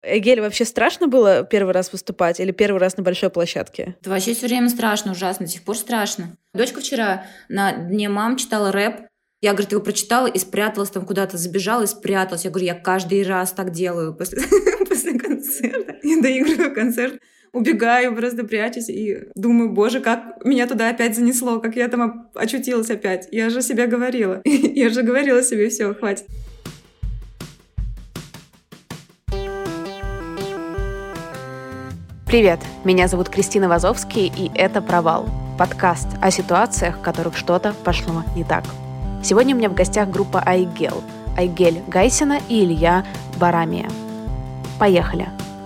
Гель, вообще страшно было первый раз выступать или первый раз на большой площадке? Это вообще все время страшно, ужасно, до сих пор страшно. Дочка вчера на Дне мам читала рэп. Я, говорит, его прочитала и спряталась там куда-то, забежала и спряталась. Я говорю, я каждый раз так делаю после концерта. Я доигрываю концерт, убегаю, просто прячусь и думаю, боже, как меня туда опять занесло, как я там очутилась опять. Я же себе говорила. Я же говорила себе, все, хватит. Привет, меня зовут Кристина Вазовский, и это «Провал» — подкаст о ситуациях, в которых что-то пошло не так. Сегодня у меня в гостях группа Айгел. Айгель Гайсина и Илья Барамия. Поехали!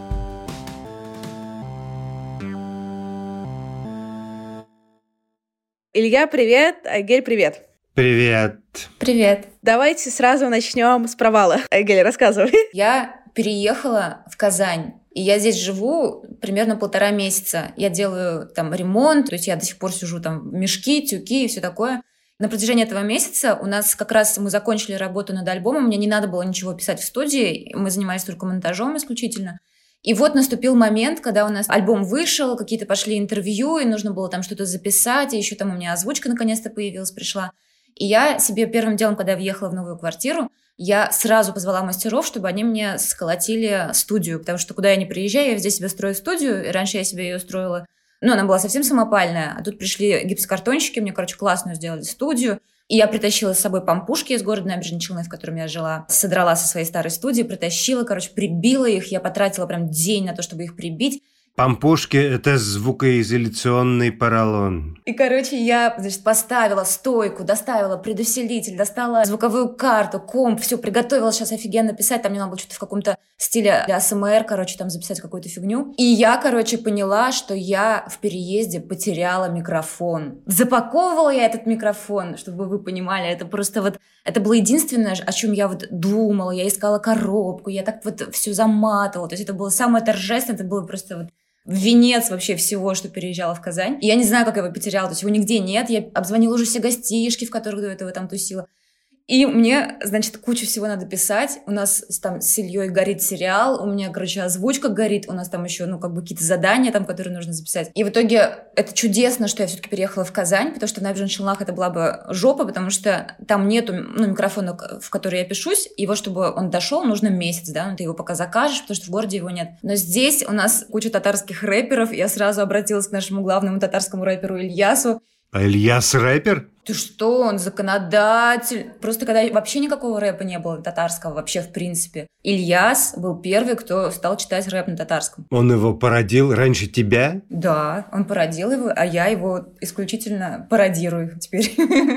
Илья, привет! Айгель, привет! Привет! Привет! Давайте сразу начнем с провала. Айгель, рассказывай. Я переехала в Казань. И я здесь живу примерно 1,5 месяца. Я делаю там ремонт, то есть я до сих пор сижу там в мешки, тюки и все такое. На протяжении этого месяца у нас как раз мы закончили работу над альбомом, мне не надо было ничего писать в студии, мы занимались только монтажом исключительно. И вот наступил момент, когда у нас альбом вышел, какие-то пошли интервью, и нужно было там что-то записать, и еще там у меня озвучка наконец-то появилась, пришла. И я себе первым делом, когда я въехала в новую квартиру, я сразу позвала мастеров, чтобы они мне сколотили студию, потому что куда я не приезжаю, я везде себе строю студию, и раньше я себе ее строила, она была совсем самопальная, а тут пришли гипсокартонщики, мне, классную сделали студию, и я притащила с собой пампушки из города Набережной Челны, в котором я жила, содрала со своей старой студии, притащила, прибила их, я потратила прям день на то, чтобы их прибить. Пампушки — это звукоизоляционный поролон. И, я, поставила стойку, доставила предусилитель, достала звуковую карту, комп, все, приготовила сейчас офигенно писать. Там мне надо было что-то в каком-то стиле АСМР, там записать какую-то фигню. И я, поняла, что я в переезде потеряла микрофон. Запаковывала я этот микрофон, чтобы вы понимали, это просто это было единственное, о чем я думала. Я искала коробку, я так все заматывала. То есть это было самое торжественное, это было просто венец вообще всего, что переезжала в Казань. И я не знаю, как я его потеряла, то есть его нигде нет. Я обзвонила уже все гостишки, в которых до этого там тусила. И мне, кучу всего надо писать. У нас там с Ильей горит сериал, у меня, озвучка горит, у нас там еще, какие-то задания там, которые нужно записать. И в итоге это чудесно, что я все-таки переехала в Казань, потому что в Набережных Челнах это была бы жопа, потому что там нету, микрофона, в который я пишусь. Его, чтобы он дошел, нужно месяц, ты его пока закажешь, потому что в городе его нет. Но здесь у нас куча татарских рэперов, я сразу обратилась к нашему главному татарскому рэперу Ильясу. А Ильяс рэпер? Ты что, он законодатель. Просто когда вообще никакого рэпа не было татарского вообще в принципе. Ильяс был первый, кто стал читать рэп на татарском. Он его породил раньше тебя? Да, он породил его, а я его исключительно пародирую теперь.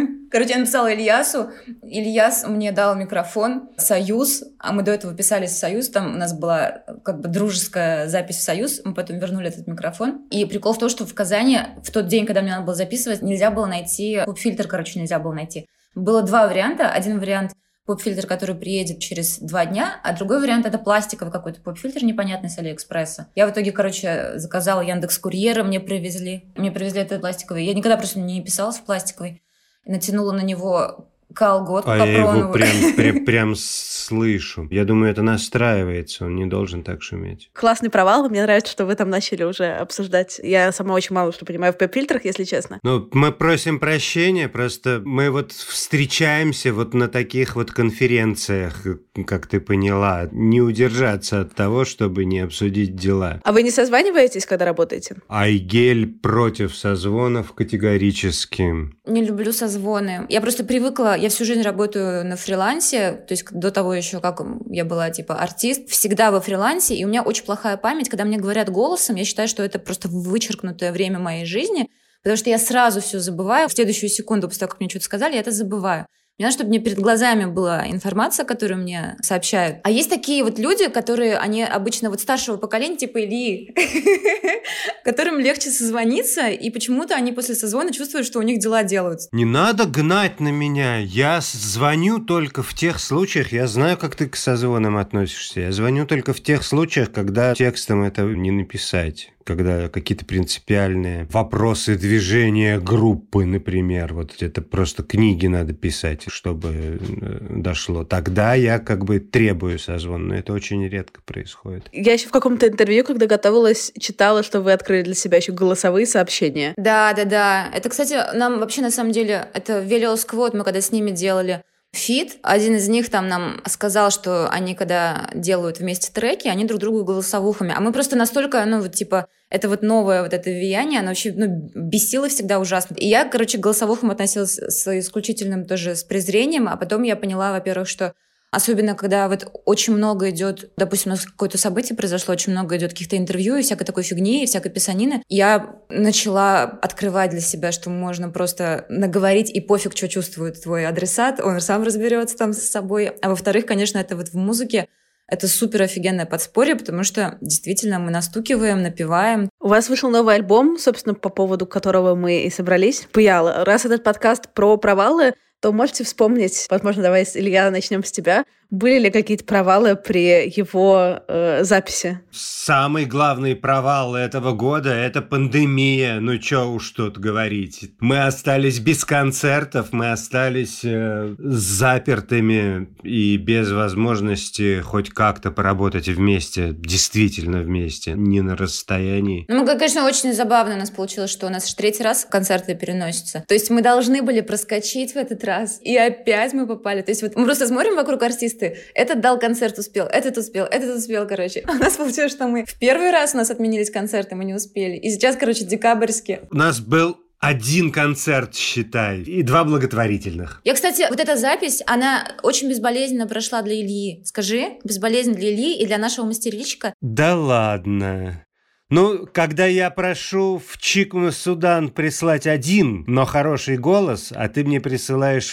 Я написала Ильясу. Ильяс мне дал микрофон «Союз», а мы до этого писали «Союз», там у нас была дружеская запись в «Союз», мы потом вернули этот микрофон. И прикол в том, что в Казани в тот день, когда мне надо было записывать, нельзя было найти поп-фильтр, нельзя было найти. Было 2 варианта. Один вариант — поп-фильтр, который приедет через 2 дня, а другой вариант — это пластиковый какой-то поп-фильтр непонятный с Алиэкспресса. Я в итоге, заказала Яндекс.Курьера, мне привезли этот пластиковый. Я никогда просто не писалась в пластиковый. Натянула на него колготку капроновую. Я его прям слышу. Я думаю, это настраивается, он не должен так шуметь. Классный провал. Мне нравится, что вы там начали уже обсуждать. Я сама очень мало что понимаю в поп-фильтрах, если честно. Мы просим прощения, просто мы встречаемся на таких конференциях, как ты поняла, не удержаться от того, чтобы не обсудить дела. А вы не созваниваетесь, когда работаете? Айгель против созвонов категорически. Не люблю созвоны. Я просто привыкла, я всю жизнь работаю на фрилансе, то есть до того еще, как я была артист, всегда во фрилансе, и у меня очень плохая память, когда мне говорят голосом, я считаю, что это просто вычеркнутое время моей жизни, потому что я сразу все забываю, в следующую секунду после того, как мне что-то сказали, я это забываю. Мне надо, чтобы перед глазами была информация, которую мне сообщают. А есть такие люди, которые, они обычно старшего поколения, типа Ильи, которым легче созвониться, и почему-то они после созвона чувствуют, что у них дела делаются. Не надо гнать на меня. Я звоню только в тех случаях, я знаю, как ты к созвонам относишься. Я звоню только в тех случаях, когда текстом это не написать. когда какие-то принципиальные вопросы движения группы, например, вот это просто книги надо писать, чтобы дошло. Тогда я как бы требую созвон, но это очень редко происходит. Я еще в каком-то интервью, когда готовилась, читала, что вы открыли для себя еще голосовые сообщения. Да. Это, кстати, нам вообще на самом деле, это Velio Squad, мы когда с ними делали фит, один из них там нам сказал, что они когда делают вместе треки, они друг другу голосовухами. А мы просто настолько, это вот новое вот это влияние, оно вообще бесило всегда ужасно. И я, к голосовухам относилась с исключительным тоже с презрением, а потом я поняла, во-первых, что особенно, когда вот очень много идет, допустим, у нас какое-то событие произошло, очень много идет каких-то интервью и всякой такой фигни, и всякой писанины, я начала открывать для себя, что можно просто наговорить, и пофиг, что чувствует твой адресат, он сам разберется там с собой. А во-вторых, конечно, это вот в музыке это супер офигенное подспорье, потому что действительно мы настукиваем, напеваем. У вас вышел новый альбом, собственно, по поводу которого мы и собрались. Паял, раз этот подкаст про провалы, то можете вспомнить, возможно, давай, Илья, начнем с тебя. Были ли какие-то провалы при его записи? Самый главный провал этого года – это пандемия. Ну, чё уж тут говорить. Мы остались без концертов, мы остались запертыми и без возможности хоть как-то поработать вместе, действительно вместе, не на расстоянии. Ну, конечно, очень забавно у нас получилось, что у нас 3-й раз концерты переносятся. То есть мы должны были проскочить в этот раз, и опять мы попали. То есть вот мы просто смотрим вокруг артистов, этот дал концерт, успел, этот успел, короче. У нас получилось, что мы в первый раз у нас отменились концерты, мы не успели. И сейчас, декабрьские. У нас был 1 концерт, считай, и 2 благотворительных. Я, кстати, вот эта запись, она очень безболезненно прошла для Ильи. Скажи, безболезненно для Ильи и для нашего мастерильщика. Да ладно. Ну, когда я прошу в Чикну Судан прислать 1, но хороший голос, а ты мне присылаешь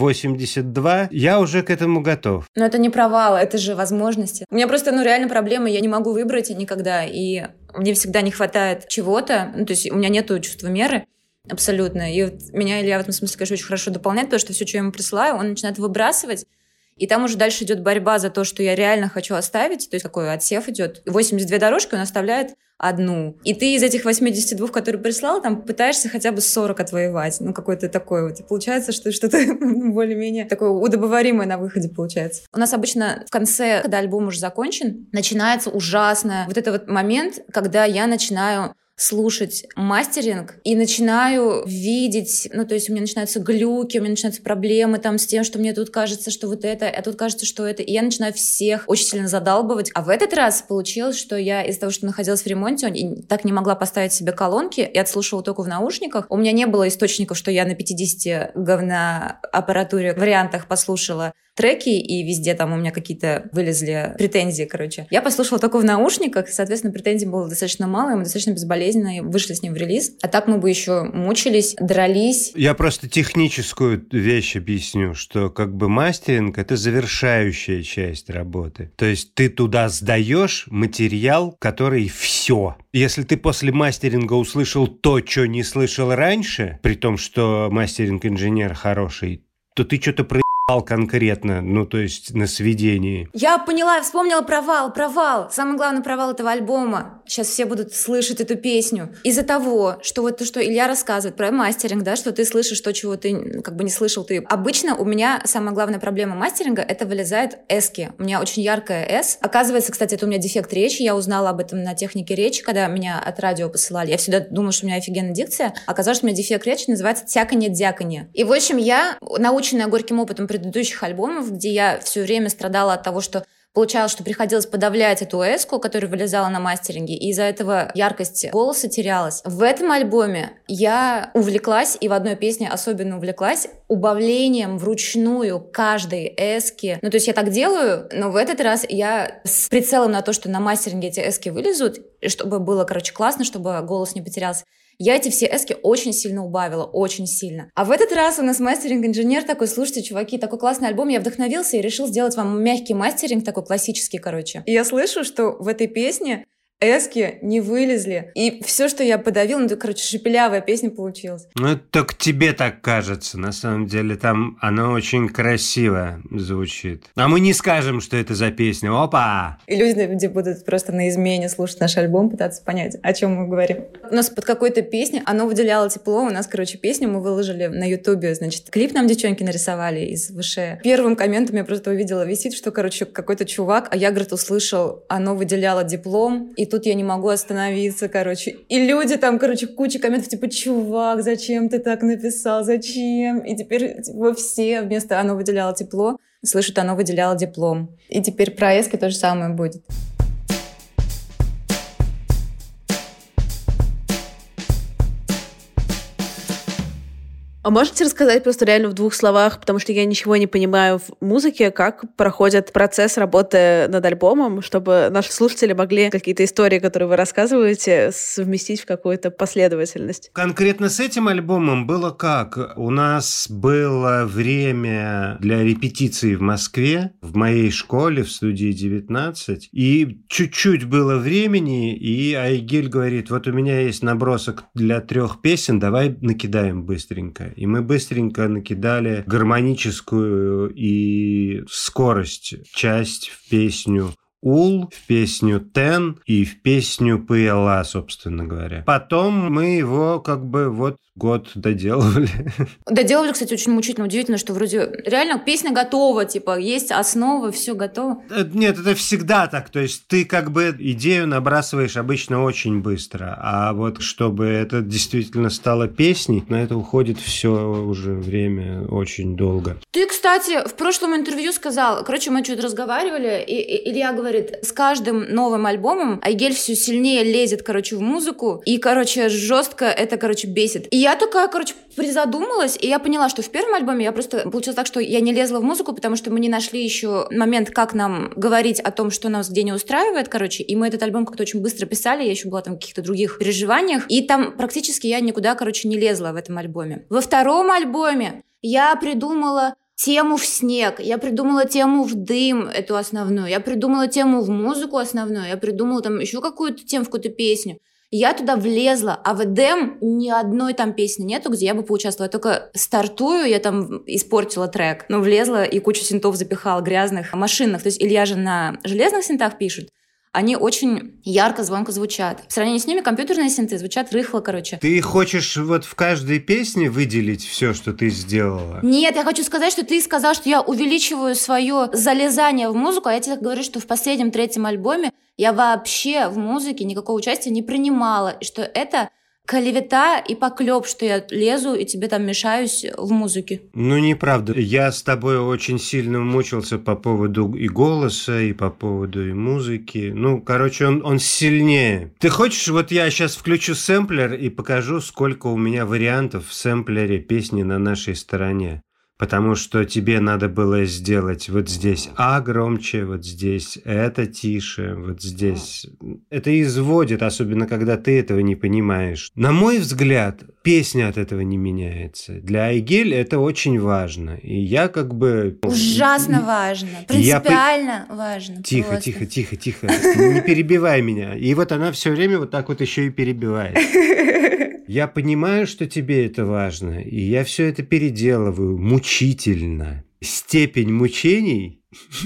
82, я уже к этому готов. Но это не провал, это же возможности. У меня просто, реально проблема, я не могу выбрать никогда, и мне всегда не хватает чего-то, то есть у меня нету чувства меры абсолютно. И вот меня Илья в этом смысле, конечно, очень хорошо дополняет, потому что все, что я ему присылаю, он начинает выбрасывать. И там уже дальше идет борьба за то, что я реально хочу оставить. То есть такой отсев идет. 82 дорожки, он оставляет 1. И ты из этих 82, которые прислал, там пытаешься хотя бы 40 отвоевать. Какой-то такой вот. И получается, что что-то более-менее такое удобоваримое на выходе получается. У нас обычно в конце, когда альбом уже закончен, начинается ужасное вот этот вот момент, когда я начинаю слушать мастеринг и начинаю видеть, то есть у меня начинаются глюки, у меня начинаются проблемы там с тем, что мне тут кажется, что вот это, а тут кажется, что это, и я начинаю всех очень сильно задалбывать. А в этот раз получилось, что я из-за того, что находилась в ремонте, и так не могла поставить себе колонки, и отслушивала только в наушниках. У меня не было источников, что я на 50 говноаппаратуре вариантах послушала треки, и везде там у меня какие-то вылезли претензии, Я послушала только в наушниках, соответственно, претензий было достаточно мало, и мы достаточно безболезненно вышли с ним в релиз. А так мы бы еще мучились, дрались. Я просто техническую вещь объясню, что мастеринг – это завершающая часть работы. То есть ты туда сдаешь материал, который все. Если ты после мастеринга услышал то, что не слышал раньше, при том, что мастеринг-инженер хороший, то ты что-то конкретно, то есть на сведении. Я поняла, вспомнила провал. Самый главный провал этого альбома. Сейчас все будут слышать эту песню. Из-за того, что вот то, что Илья рассказывает про мастеринг, да, что ты слышишь то, чего ты не слышал. Обычно у меня самая главная проблема мастеринга — это вылезает эски. У меня очень яркая эс. Оказывается, кстати, это у меня дефект речи. Я узнала об этом на технике речи, когда меня от радио посылали. Я всегда думала, что у меня офигенная дикция. Оказалось, что у меня дефект речи называется тяканье-дяканье. И, в общем, я, наученная горьким опытом предыдущих альбомов, где я все время страдала от того, что получалось, что приходилось подавлять эту эску, которая вылезала на мастеринге, и из-за этого яркость голоса терялась. В этом альбоме я увлеклась, и в одной песне особенно увлеклась, убавлением вручную каждой эски. То есть я так делаю, но в этот раз я с прицелом на то, что на мастеринге эти эски вылезут, и чтобы было, классно, чтобы голос не потерялся. Я эти все эски очень сильно убавила, очень сильно. А в этот раз у нас мастеринг-инженер такой: слушайте, чуваки, такой классный альбом, я вдохновился и решил сделать вам мягкий мастеринг, такой классический, И я слышу, что в этой песне эски не вылезли. И все, что я подавила, ну, это, короче, шепелявая песня получилась. Ну, это только тебе так кажется. На самом деле там она очень красиво звучит. А мы не скажем, что это за песня. Опа! И люди будут просто на измене слушать наш альбом, пытаться понять, о чем мы говорим. У нас под какой-то песней оно выделяло тепло. У нас, короче, песню мы выложили на Ютубе. Значит, клип нам девчонки нарисовали из ВШ. Первым комментом я просто увидела, висит, что, короче, какой-то чувак, а я, говорит, услышал, оно выделяло диплом, и тут я не могу остановиться, короче. И люди там, короче, куча комментов, типа, чувак, зачем ты так написал, зачем? И теперь типа, все вместо «оно выделяло тепло» слышат «оно выделяло диплом». И теперь про эски то же самое будет. А можете рассказать просто реально в 2 словах, потому что я ничего не понимаю в музыке, как проходит процесс работы над альбомом, чтобы наши слушатели могли какие-то истории, которые вы рассказываете, совместить в какую-то последовательность? Конкретно с этим альбомом было как? У нас было время для репетиции в Москве, в моей школе, в студии 19, и чуть-чуть было времени, и Айгель говорит, вот у меня есть набросок для 3 песен, давай накидаем быстренько. И мы быстренько накидали гармоническую и скорость часть в песню «Ул», в песню «Тен» и в песню «ПЛА», собственно говоря. Потом мы его как бы вот год доделывали. Доделывали, кстати, очень мучительно. Удивительно, что вроде реально песня готова, типа, есть основа, все готово. Нет, это всегда так. То есть ты как бы идею набрасываешь обычно очень быстро. А вот чтобы это действительно стало песней, на это уходит все уже время очень долго. Ты, кстати, в прошлом интервью сказал, короче, мы что-то разговаривали, и Илья говорит, с каждым новым альбомом Айгель все сильнее лезет, короче, в музыку, и, короче, жестко это, короче, бесит. И я такая, короче, призадумалась, и я поняла, что в первом альбоме я просто... Получилось так, что я не лезла в музыку, потому что мы не нашли еще момент, как нам говорить о том, что нас где не устраивает, короче, и мы этот альбом как-то очень быстро писали, я еще была там в каких-то других переживаниях, и там практически я никуда, короче, не лезла в этом альбоме. Во втором альбоме я придумала тему в снег, я придумала тему в дым, эту основную, я придумала тему в музыку основную, я придумала там еще какую-то тему в какую-то песню. Я туда влезла, а в Эдем ни одной там песни нету, где я бы поучаствовала. Я только стартую, я там испортила трек, но влезла и кучу синтов запихала, грязных, машинных. То есть Илья же на железных синтах пишет. Они очень ярко, звонко звучат. В сравнении с ними компьютерные синты звучат рыхло, короче. Ты хочешь вот в каждой песне выделить все, что ты сделала? Нет, я хочу сказать, что ты сказал, что я увеличиваю свое залезание в музыку, а я тебе говорю, что в последнем 3-м альбоме я вообще в музыке никакого участия не принимала, и что это клевета и поклеп, что я лезу и тебе там мешаюсь в музыке. Ну, неправда. Я с тобой очень сильно мучился по поводу и голоса, и по поводу и музыки. Ну, короче, он сильнее. Ты хочешь, вот я сейчас включу сэмплер и покажу, сколько у меня вариантов в сэмплере песни на нашей стороне. Потому что тебе надо было сделать вот здесь А громче, вот здесь это тише, вот здесь. Это изводит, особенно когда ты этого не понимаешь. На мой взгляд, песня от этого не меняется. Для Айгель это очень важно. И я как бы... Ужасно важно. Принципиально важно. Тихо. Не перебивай меня. И вот она все время вот так вот еще и перебивает. Я понимаю, что тебе это важно, и я все это переделываю мучительно. Степень мучений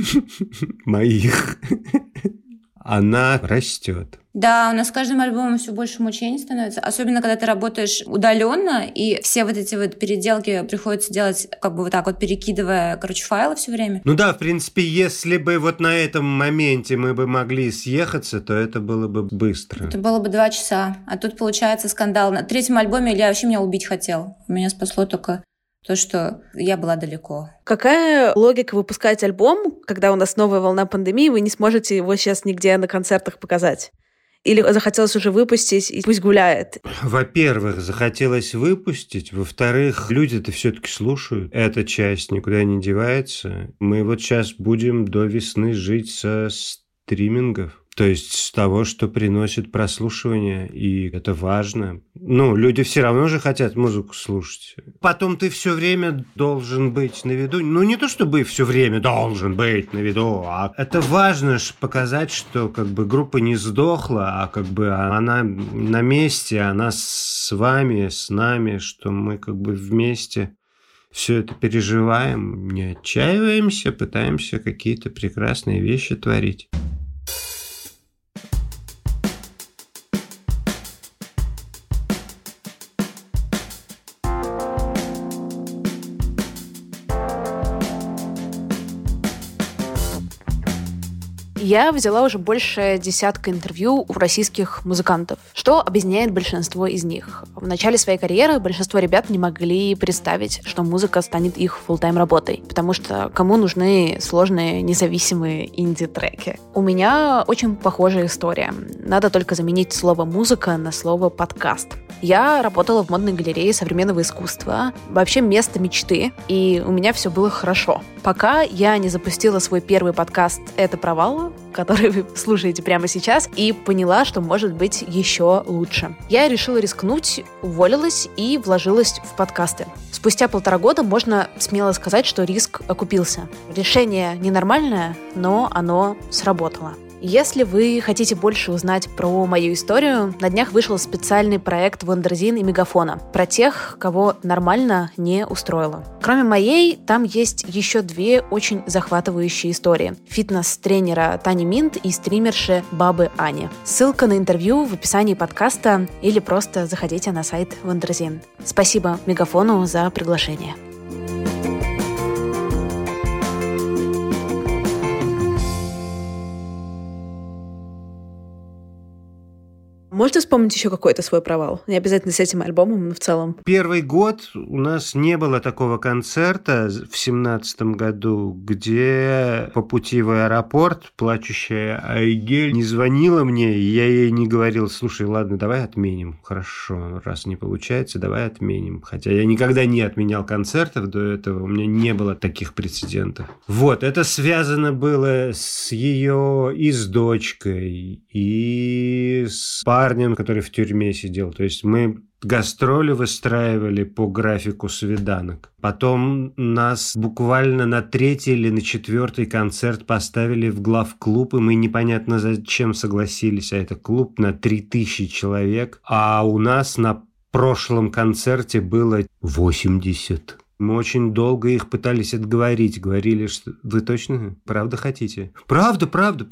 моих, она растет. Да, у нас с каждым альбомом все больше мучений становится. Особенно, когда ты работаешь удаленно, и все вот эти вот переделки приходится делать как бы вот так вот, перекидывая, короче, файлы все время. Ну да, в принципе, если бы вот на этом моменте мы бы могли съехаться, то это было бы быстро. Это было бы 2 часа. А тут получается скандал. На 3-м альбоме Илья вообще меня убить хотел. Меня спасло только то, что я была далеко. Какая логика выпускать альбом, когда у нас новая волна пандемии, вы не сможете его сейчас нигде на концертах показать? Или захотелось уже выпустить, и пусть гуляет? Во-первых, захотелось выпустить. Во-вторых, люди-то все-таки слушают. Эта часть никуда не девается. Мы вот сейчас будем до весны жить со стримингов. То есть с того, что приносит прослушивание, и это важно. Ну, люди все равно же хотят музыку слушать. Потом ты все время должен быть на виду. Ну, не то чтобы все время должен быть на виду, а это важно показать, что как бы группа не сдохла, а как бы она на месте, она с вами, с нами, что мы как бы вместе все это переживаем, не отчаиваемся, пытаемся какие-то прекрасные вещи творить. Я взяла уже больше десятка интервью у российских музыкантов, что объединяет большинство из них. В начале своей карьеры большинство ребят не могли представить, что музыка станет их фулл-тайм работой, потому что кому нужны сложные независимые инди-треки. У меня очень похожая история. Надо только заменить слово «музыка» на слово «подкаст». Я работала в модной галерее современного искусства, вообще место мечты, и у меня все было хорошо. Пока я не запустила свой первый подкаст «Это провал», который вы слушаете прямо сейчас, и поняла, что может быть еще лучше. Я решила рискнуть, уволилась и вложилась в подкасты. Спустя 1,5 года можно смело сказать, что риск окупился. Решение ненормальное, но оно сработало. Если вы хотите больше узнать про мою историю, на днях вышел специальный проект Вандерзин и Мегафона про тех, кого нормально не устроило. Кроме моей, там есть еще 2 очень захватывающие истории. Фитнес-тренера Тани Минт и стримерши Бабы Ани. Ссылка на интервью в описании подкаста или просто заходите на сайт Вандерзин. Спасибо Мегафону за приглашение. Можете вспомнить еще какой-то свой провал? Не обязательно с этим альбомом, но в целом. Первый год у нас не было такого концерта в 2017 году, где по пути в аэропорт плачущая Айгель не звонила мне, и я ей не говорил: слушай, ладно, давай отменим. Хорошо, раз не получается, давай отменим. Хотя я никогда не отменял концертов до этого, у меня не было таких прецедентов. Вот, это связано было с ее и с дочкой, и с парнем, который в тюрьме сидел. То есть мы гастроли выстраивали по графику свиданок. Потом нас буквально на 3-й или на 4-й концерт поставили в главклуб, и мы непонятно зачем согласились. А это клуб на 3000 человек. А у нас на прошлом концерте было 80. Мы очень долго их пытались отговорить. Говорили, что вы точно правда хотите? Правда,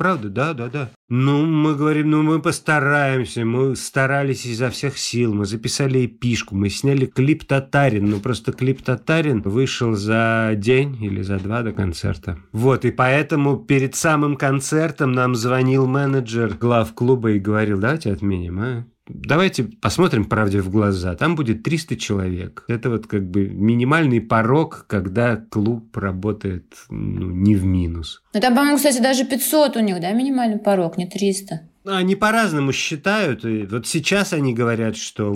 да. Ну, мы говорим, мы постараемся. Мы старались изо всех сил. Мы записали эпишку. Мы сняли клип «Татарин». Ну, просто клип «Татарин» вышел за день или за 2 до концерта. Вот, и поэтому перед самым концертом нам звонил менеджер главклуба и говорил: давайте отменим, а? Давайте посмотрим правде в глаза. Там будет 300 человек. Это вот как бы минимальный порог, когда клуб работает не в минус. Ну там, по-моему, кстати, даже 500 у них, да, минимальный порог, не 300. Они по-разному считают. И вот сейчас они говорят, что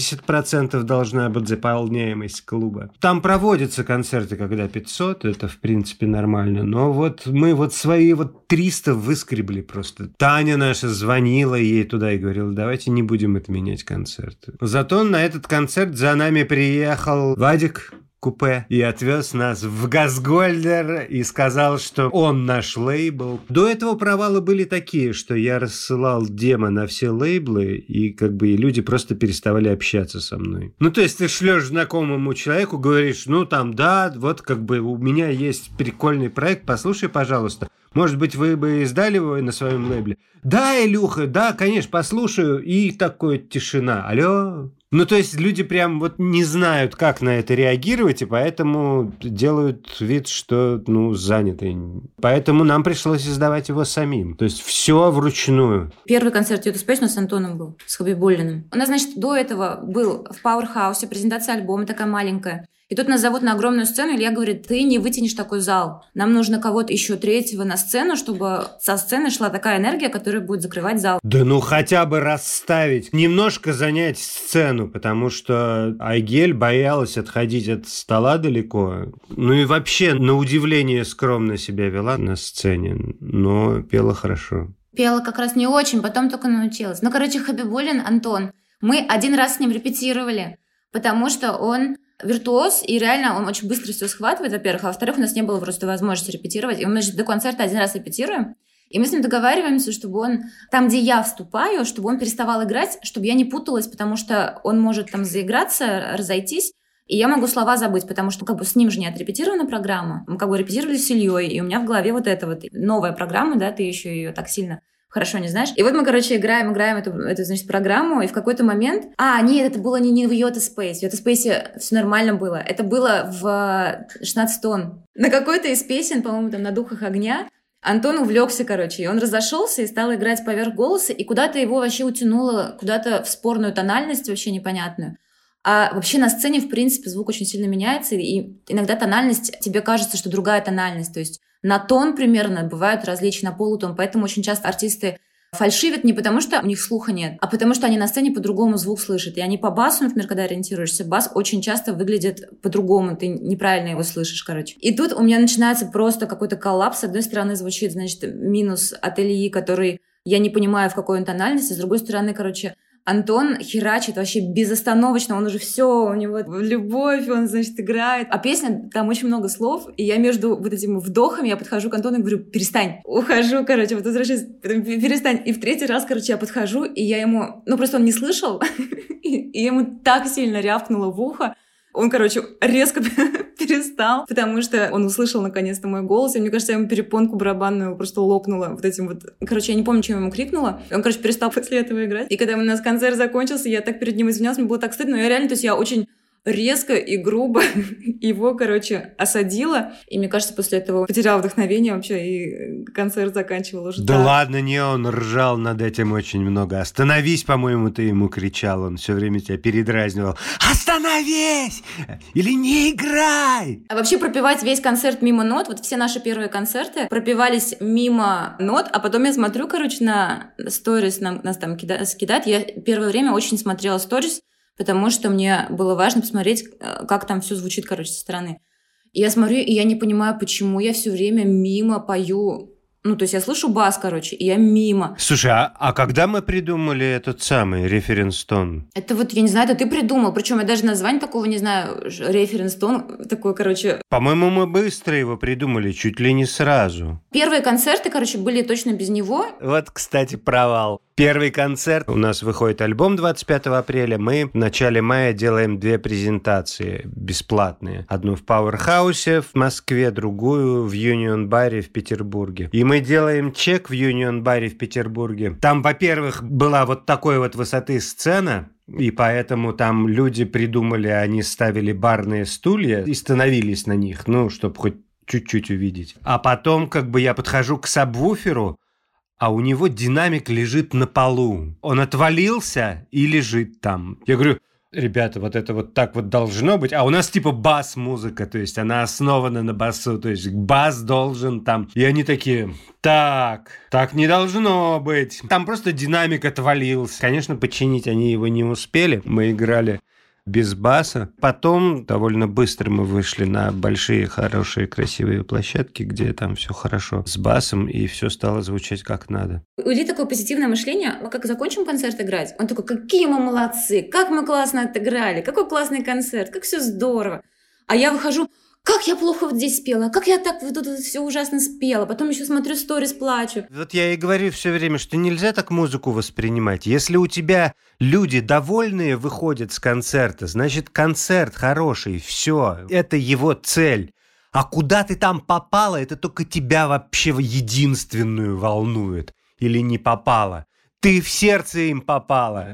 80% должна быть заполняемость клуба. Там проводятся концерты, когда 500, это в принципе нормально. Но вот мы вот свои 300 выскребли просто. Таня наша звонила ей туда и говорила: давайте не будем отменять концерты. Зато на этот концерт за нами приехал Вадик Купе и отвез нас в Газгольдер и сказал, что он наш лейбл. До этого провалы были такие, что я рассылал демо на все лейблы, и как бы и люди просто переставали общаться со мной. Ну, то есть ты шлешь знакомому человеку, говоришь: да, вот как бы у меня есть прикольный проект, послушай, пожалуйста. Может быть, вы бы издали его на своем лейбле? Да, Илюха, да, конечно, послушаю. И такая тишина. Алло? Ну, то есть люди прям не знают, как на это реагировать, и поэтому делают вид, что, заняты. Поэтому нам пришлось издавать его самим. То есть все вручную. Первый концерт «Youth Space» у нас с Антоном был, с Хабибуллиным. У нас, значит, до этого был в Пауэрхаусе презентация альбома такая маленькая. И тут нас зовут на огромную сцену, Илья говорит: ты не вытянешь такой зал. Нам нужно кого-то еще 3-го на сцену, чтобы со сцены шла такая энергия, которая будет закрывать зал. Да хотя бы расставить, немножко занять сцену, потому что Айгель боялась отходить от стола далеко. И вообще, на удивление, скромно себя вела на сцене, но пела хорошо. Пела как раз не очень, потом только научилась. Ну, короче, Хабибуллин Антон. Мы один раз с ним репетировали, потому что он виртуоз, и реально он очень быстро все схватывает, во-первых, а во-вторых, у нас не было просто возможности репетировать. И мы же до концерта один раз репетируем, и мы с ним договариваемся, чтобы он, там, где я вступаю, чтобы он переставал играть, чтобы я не путалась, потому что он может там заиграться, разойтись, и я могу слова забыть, потому что как бы с ним же не отрепетирована программа. Мы как бы репетировали с Ильей, и у меня в голове вот эта вот новая программа, да, ты еще ее так сильно хорошо не знаешь. И вот мы, короче, играем эту, значит, программу, и в какой-то момент... Нет, это было не в Йота Спейс. В Йота Спейсе все нормально было. Это было в 16 тонн. На какой-то из песен, по-моему, там «На духах огня», Антон увлекся, короче, и он разошелся и стал играть поверх голоса, и куда-то его вообще утянуло, куда-то в спорную тональность вообще непонятную. А вообще на сцене, в принципе, звук очень сильно меняется, и иногда тональность, тебе кажется, что другая тональность, то есть на тон примерно бывают различия, на полутон, поэтому очень часто артисты фальшивят не потому, что у них слуха нет, а потому что они на сцене по-другому звук слышат. И они по басу, например, когда ориентируешься, бас очень часто выглядит по-другому, ты неправильно его слышишь, короче. И тут у меня начинается просто какой-то коллапс. С одной стороны звучит, значит, минус от Ильи, который я не понимаю, в какой он тональности, с другой стороны, короче, Антон херачит вообще безостановочно, он уже все, у него любовь, он, значит, играет. А песня, там очень много слов, и я между вот этими вдохами, я подхожу к Антону и говорю: перестань. Ухожу, короче, вот возвращаюсь, перестань. И в третий раз, короче, я подхожу, и я ему, просто он не слышал, и я ему так сильно рявкнула в ухо. Он, короче, резко перестал, потому что он услышал наконец-то мой голос, и мне кажется, я ему перепонку барабанную просто лопнула вот этим вот. Короче, я не помню, чем я ему крикнула. И он, короче, перестал после этого играть. И когда у нас концерт закончился, я так перед ним извинялась, мне было так стыдно, но я реально, то есть я очень резко и грубо его, короче, осадила. И мне кажется, после этого потеряла вдохновение вообще, и концерт заканчивал уже Да так. ладно, не, он ржал над этим очень много. «Остановись», по-моему, ты ему кричал. Он все время тебя передразнивал. «Остановись! Или не играй!» А вообще пропевать весь концерт мимо нот, вот все наши первые концерты пропевались мимо нот, а потом я смотрю, короче, на сторис, нас там скидать. Я первое время очень смотрела сторис, потому что мне было важно посмотреть, как там все звучит, короче, со стороны. И я смотрю, и я не понимаю, почему я все время мимо пою. То есть я слышу бас, короче, и я мимо. Слушай, а когда мы придумали этот самый референс-тон? Это вот, я не знаю, это ты придумал. Причем я даже название такого не знаю. Референс-тон такой, короче. По-моему, мы быстро его придумали, чуть ли не сразу. Первые концерты, короче, были точно без него. Вот, кстати, провал. Первый концерт. У нас выходит альбом 25 апреля. Мы в начале мая делаем 2 презентации бесплатные. Одну в Пауэрхаусе в Москве, другую в Юнион Баре в Петербурге. И мы делаем чек в Юнион Баре в Петербурге. Там, во-первых, была вот такой вот высоты сцена, и поэтому там люди придумали, они ставили барные стулья и становились на них, чтобы хоть чуть-чуть увидеть. А потом я подхожу к сабвуферу, а у него динамик лежит на полу. Он отвалился и лежит там. Я говорю: ребята, вот это вот так вот должно быть. А у нас типа бас-музыка, то есть она основана на басу, то есть бас должен там. И они такие: так не должно быть. Там просто динамик отвалился. Конечно, починить они его не успели. Мы играли без баса. Потом довольно быстро мы вышли на большие, хорошие, красивые площадки, где там все хорошо с басом, и все стало звучать как надо. У Ильи такое позитивное мышление. Мы как закончим концерт играть, он такой: какие мы молодцы, как мы классно отыграли, какой классный концерт, как все здорово. А я выхожу: как я плохо вот здесь спела, как я так вот тут все ужасно спела. Потом еще смотрю сторис, плачу. Вот я и говорю все время, что нельзя так музыку воспринимать. Если у тебя люди довольные выходят с концерта, значит, концерт хороший, все, это его цель. А куда ты там попала, это только тебя вообще единственную волнует. Или не попала. Ты в сердце им попала.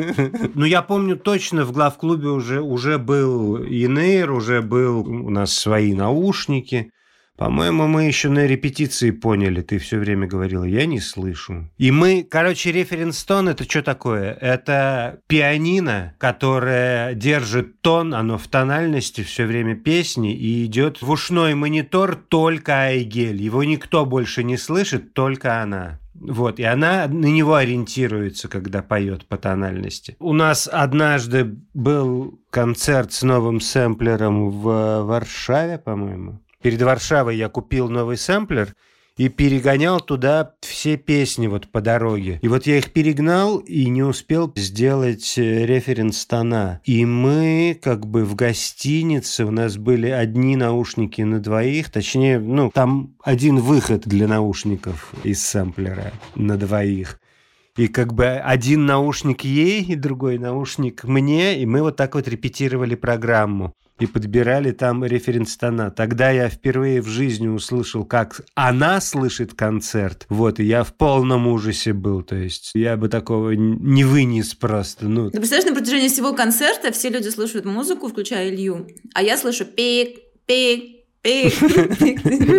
Я помню точно, в главклубе уже был Инейр, уже был у нас свои наушники. По-моему, мы еще на репетиции поняли, ты все время говорила: я не слышу. И мы, референс-тон — это что такое? Это пианино, которое держит тон, оно в тональности все время песни, и идет в ушной монитор только Айгель. Его никто больше не слышит, только она. Вот, и она на него ориентируется, когда поет по тональности. У нас однажды был концерт с новым сэмплером в Варшаве, по-моему. Перед Варшавой я купил новый сэмплер, и перегонял туда все песни вот по дороге. И вот я их перегнал и не успел сделать референс тона. И мы как бы в гостинице, у нас были одни наушники на двоих, точнее, там один выход для наушников из сэмплера на двоих. И как бы один наушник ей, и другой наушник мне, и мы вот так вот репетировали программу. И подбирали там референс-тона. Тогда я впервые в жизни услышал, как она слышит концерт. Вот, и я в полном ужасе был. То есть я бы такого не вынес просто. Ты представляешь, на протяжении всего концерта все люди слушают музыку, включая Илью, а я слышу пик, пик, пик, пик.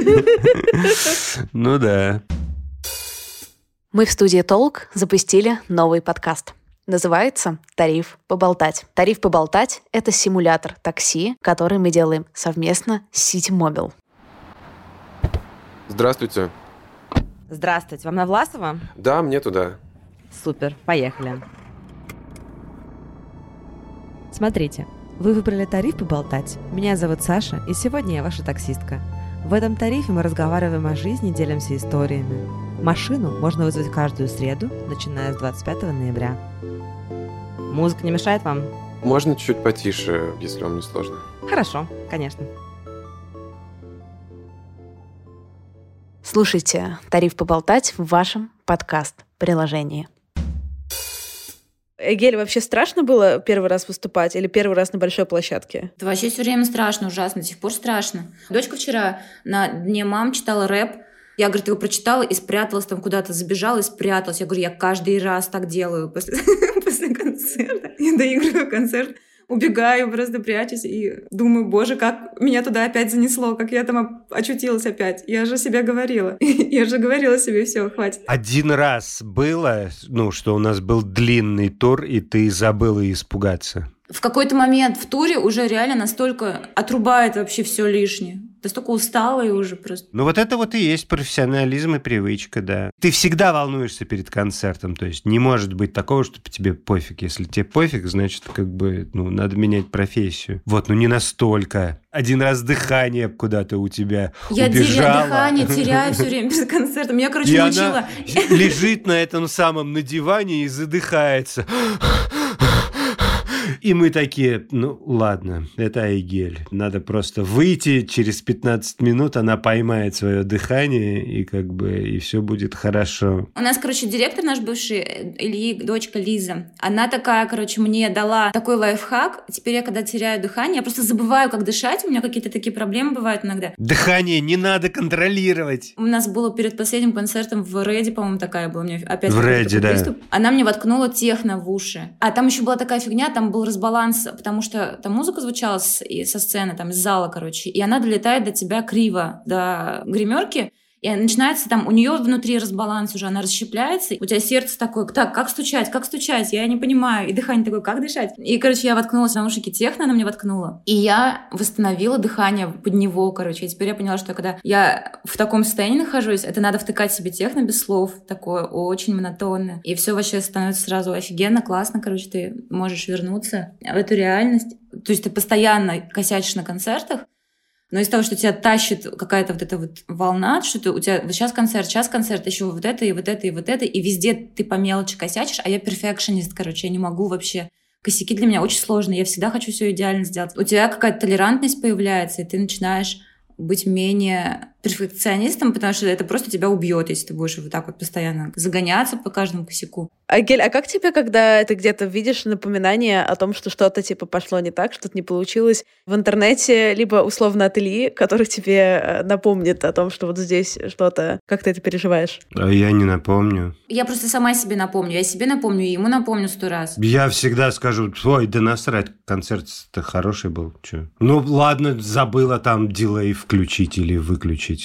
Ну да. Мы в студии «Толк» запустили новый подкаст. Называется «Тариф поболтать». «Тариф поболтать» — это симулятор такси, который мы делаем совместно с Ситимобил. Здравствуйте. Здравствуйте. Вам на Власова? Да, мне туда. Супер, поехали. Смотрите, вы выбрали тариф поболтать. Меня зовут Саша, и сегодня я ваша таксистка. В этом тарифе мы разговариваем о жизни, делимся историями. Машину можно вызвать каждую среду, начиная с 25 ноября. Музыка не мешает вам? Можно чуть потише, если вам не сложно. Хорошо, конечно. Слушайте «Тариф поболтать» в вашем подкаст-приложении. Гель, вообще страшно было первый раз выступать или первый раз на большой площадке? Это вообще все время страшно, ужасно, до сих пор страшно. Дочка вчера на Дне мам читала рэп. Я, говорит, его прочитала и спряталась там куда-то, забежала и спряталась. Я говорю, я каждый раз так делаю после концерта. Я доигрываю концерт, убегаю, просто прячусь и думаю, боже, как меня туда опять занесло, как я там очутилась опять. Я же себе говорила. Я же говорила себе, все, хватит. Один раз было, что у нас был длинный тур, и ты забыла испугаться. В какой-то момент в туре уже реально настолько отрубает вообще все лишнее. Настолько устала и уже просто... Вот это вот и есть профессионализм и привычка, да. Ты всегда волнуешься перед концертом, то есть не может быть такого, чтобы тебе пофиг. Если тебе пофиг, значит, надо менять профессию. Не настолько. Один раз дыхание куда-то у тебя убежало. Я дыхание теряю все время перед концертом. Меня, и мучило. Она лежит на этом самом на диване и задыхается. И мы такие, ладно, это Айгель. Надо просто выйти, через 15 минут она поймает свое дыхание, и все будет хорошо. У нас, директор наш бывший, Ильи, дочка Лиза, она такая, мне дала такой лайфхак. Теперь я, когда теряю дыхание, я просто забываю, как дышать. У меня какие-то такие проблемы бывают иногда. Дыхание не надо контролировать. У нас было перед последним концертом в Реде, по-моему, такая была. У меня опять в Реде, да. Приступ. Она мне воткнула техно в уши. А там еще была такая фигня, там был разбаланс, потому что там музыка звучала со сцены, из зала, и она долетает до тебя криво, до гримерки, и начинается у нее внутри разбаланс уже, она расщепляется, у тебя сердце такое, так, как стучать, я не понимаю, и дыхание такое, как дышать? И, я воткнулась в наушники техно, она мне воткнула, и я восстановила дыхание под него, и теперь я поняла, что когда я в таком состоянии нахожусь, это надо втыкать себе техно без слов, такое очень монотонное, и все вообще становится сразу офигенно, классно, ты можешь вернуться в эту реальность, то есть ты постоянно косячишь на концертах, но из-за того, что тебя тащит какая-то эта волна, что у тебя сейчас концерт, еще вот это, и везде ты по мелочи косячишь, а я перфекшенист, я не могу вообще. Косяки для меня очень сложные, я всегда хочу все идеально сделать. У тебя какая-то толерантность появляется, и ты начинаешь быть менее перфекционистом, потому что это просто тебя убьет, если ты будешь вот так вот постоянно загоняться по каждому косяку. Агель, а как тебе, когда ты где-то видишь напоминание о том, что что-то пошло не так, что-то не получилось в интернете, либо условно от Ильи, который тебе напомнит о том, что вот здесь что-то... Как ты это переживаешь? А я не напомню. Я просто сама себе напомню. Я себе напомню, и ему напомню 100 раз. Я всегда скажу, ой, да насрать, концерт-то хороший был. Чё? Ладно, забыла там дилей включить или выключить,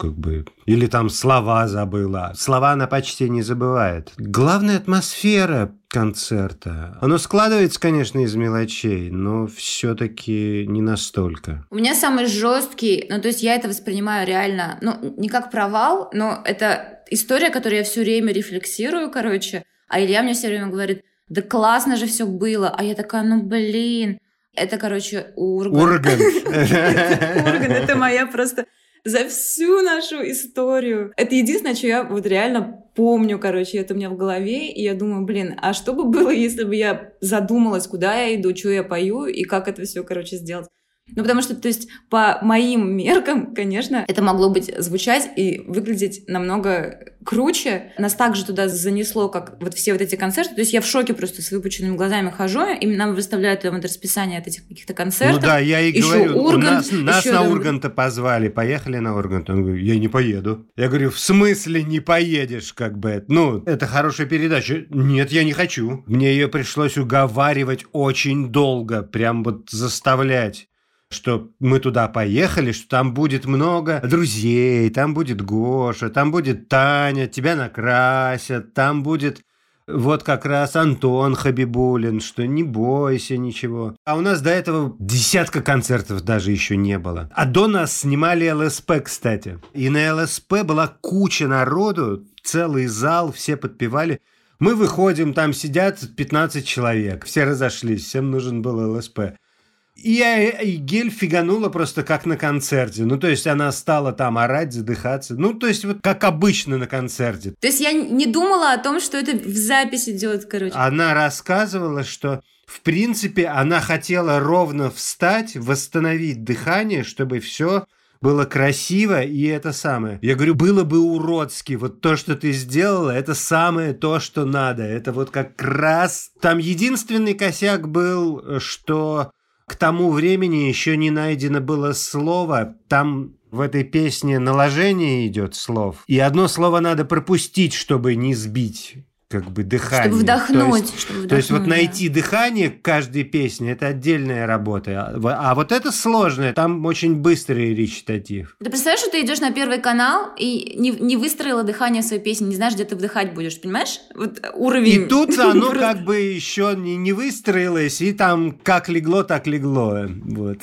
Или там слова забыла. Слова она почти не забывает. Главная атмосфера концерта. Оно складывается, конечно, из мелочей, но все-таки не настолько. У меня самый жесткий, то есть я это воспринимаю реально, не как провал, но это история, которую я все время рефлексирую, а Илья мне все время говорит, да классно же все было, а я такая, это, Ургант. Ургант. Ургант, это моя просто... за всю нашу историю. Это единственное, что я вот реально помню, короче, это у меня в голове, и я думаю, блин, а что бы было, если бы я задумалась, куда я иду, что я пою, и как это все, короче, сделать. Ну, потому что, то есть, по моим меркам, конечно, это могло быть звучать и выглядеть намного круче. Нас также туда занесло, как вот все вот эти концерты. То есть я в шоке просто с выпученными глазами хожу, и нам выставляют вот расписание от этих каких-то концертов. Ну да, я и еще говорю, Ургант, нас еще на там... Урганта позвали, поехали на Ургант. Он говорит, я не поеду. Я говорю, в смысле не поедешь, как бы? Ну, это хорошая передача. Нет, я не хочу. Мне ее пришлось уговаривать очень долго, прям вот заставлять, что мы туда поехали, что там будет много друзей, там будет Гоша, там будет Таня, тебя накрасят, там будет вот как раз Антон Хабибулин, что не бойся ничего. А у нас до этого десятка концертов даже еще не было. А до нас снимали ЛСП, кстати. И на ЛСП была куча народу, целый зал, все подпевали. Мы выходим, там сидят 15 человек, все разошлись, всем нужен был ЛСП. И Айгель фиганула просто как на концерте. Ну, то есть она стала там орать, задыхаться. Ну, то есть вот как обычно на концерте. То есть я не думала о том, что это в запись идет, короче. Она рассказывала, что в принципе она хотела ровно встать, восстановить дыхание, чтобы все было красиво и это самое. Я говорю, было бы уродски. Вот то, что ты сделала, это самое то, что надо. Это вот как раз... Там единственный косяк был, что... К тому времени еще не найдено было слово. Там в этой песне наложение идет слов. И одно слово надо пропустить, чтобы не сбить как бы дыхание. Чтобы вдохнуть. То есть вот найти дыхание к каждой песне – это отдельная работа. А вот это сложное. Там очень быстрый речитатив. Ты представляешь, что ты идешь на Первый канал и не выстроила дыхание в своей песне, не знаешь, где ты вдыхать будешь, понимаешь? Вот уровень. И тут оно как бы еще не выстроилось, и там как легло, так легло. Вот.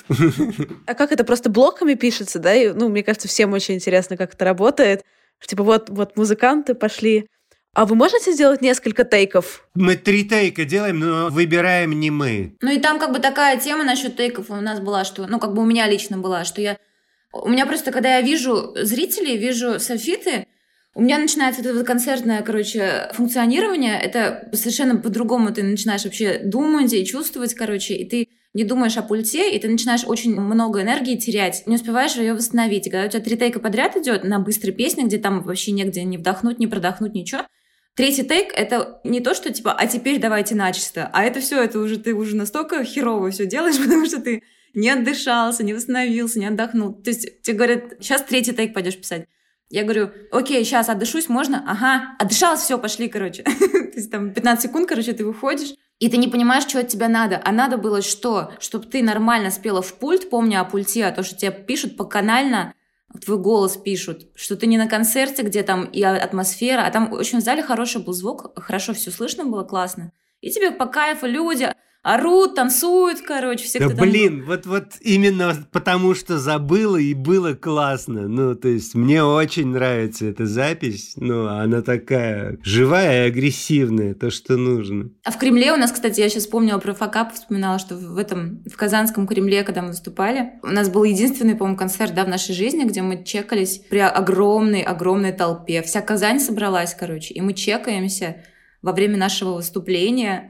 А как это просто блоками пишется, да? И, ну, мне кажется, всем очень интересно, как это работает. Типа вот музыканты пошли. А вы можете сделать несколько тейков? Мы 3 тейка делаем, но выбираем не мы. Ну и там как бы такая тема насчет тейков у нас была, что, ну как бы у меня лично была, что у меня просто, когда я вижу зрителей, вижу софиты, у меня начинается это концертное, короче, функционирование, это совершенно по-другому ты начинаешь вообще думать и чувствовать, короче, и ты не думаешь о пульте, и ты начинаешь очень много энергии терять, не успеваешь ее восстановить. И когда у тебя 3 тейка подряд идет на быстрой песне, где там вообще негде не вдохнуть, не продохнуть, ничего, 3-й тейк — это не то, что типа, а теперь давайте начисто, а это все, это уже ты уже настолько херово все делаешь, потому что ты не отдышался, не восстановился, не отдохнул. То есть тебе говорят, сейчас 3-й тейк пойдешь писать. Я говорю, окей, сейчас отдышусь, можно? Ага, отдышалась, все, пошли, короче. То есть там 15 секунд, короче, ты выходишь, и ты не понимаешь, что от тебя надо. А надо было что? Чтобы ты нормально спела в пульт, помня о пульте, а то, что тебе пишут поканально, твой голос пишут, что ты не на концерте, где там и атмосфера, а там очень в зале хороший был звук, хорошо все слышно было, классно. И тебе по кайфу люди орут, танцуют, короче, все, да кто там блин, вот именно потому, что забыла и было классно. Ну, то есть мне очень нравится эта запись, ну, она такая живая и агрессивная, то, что нужно. А в Кремле у нас, кстати, я сейчас вспомнила про факап, вспоминала, что в Казанском Кремле, когда мы выступали, у нас был единственный, по-моему, концерт, да, в нашей жизни, где мы чекались при огромной толпе. Вся Казань собралась, короче, и мы чекаемся во время нашего выступления,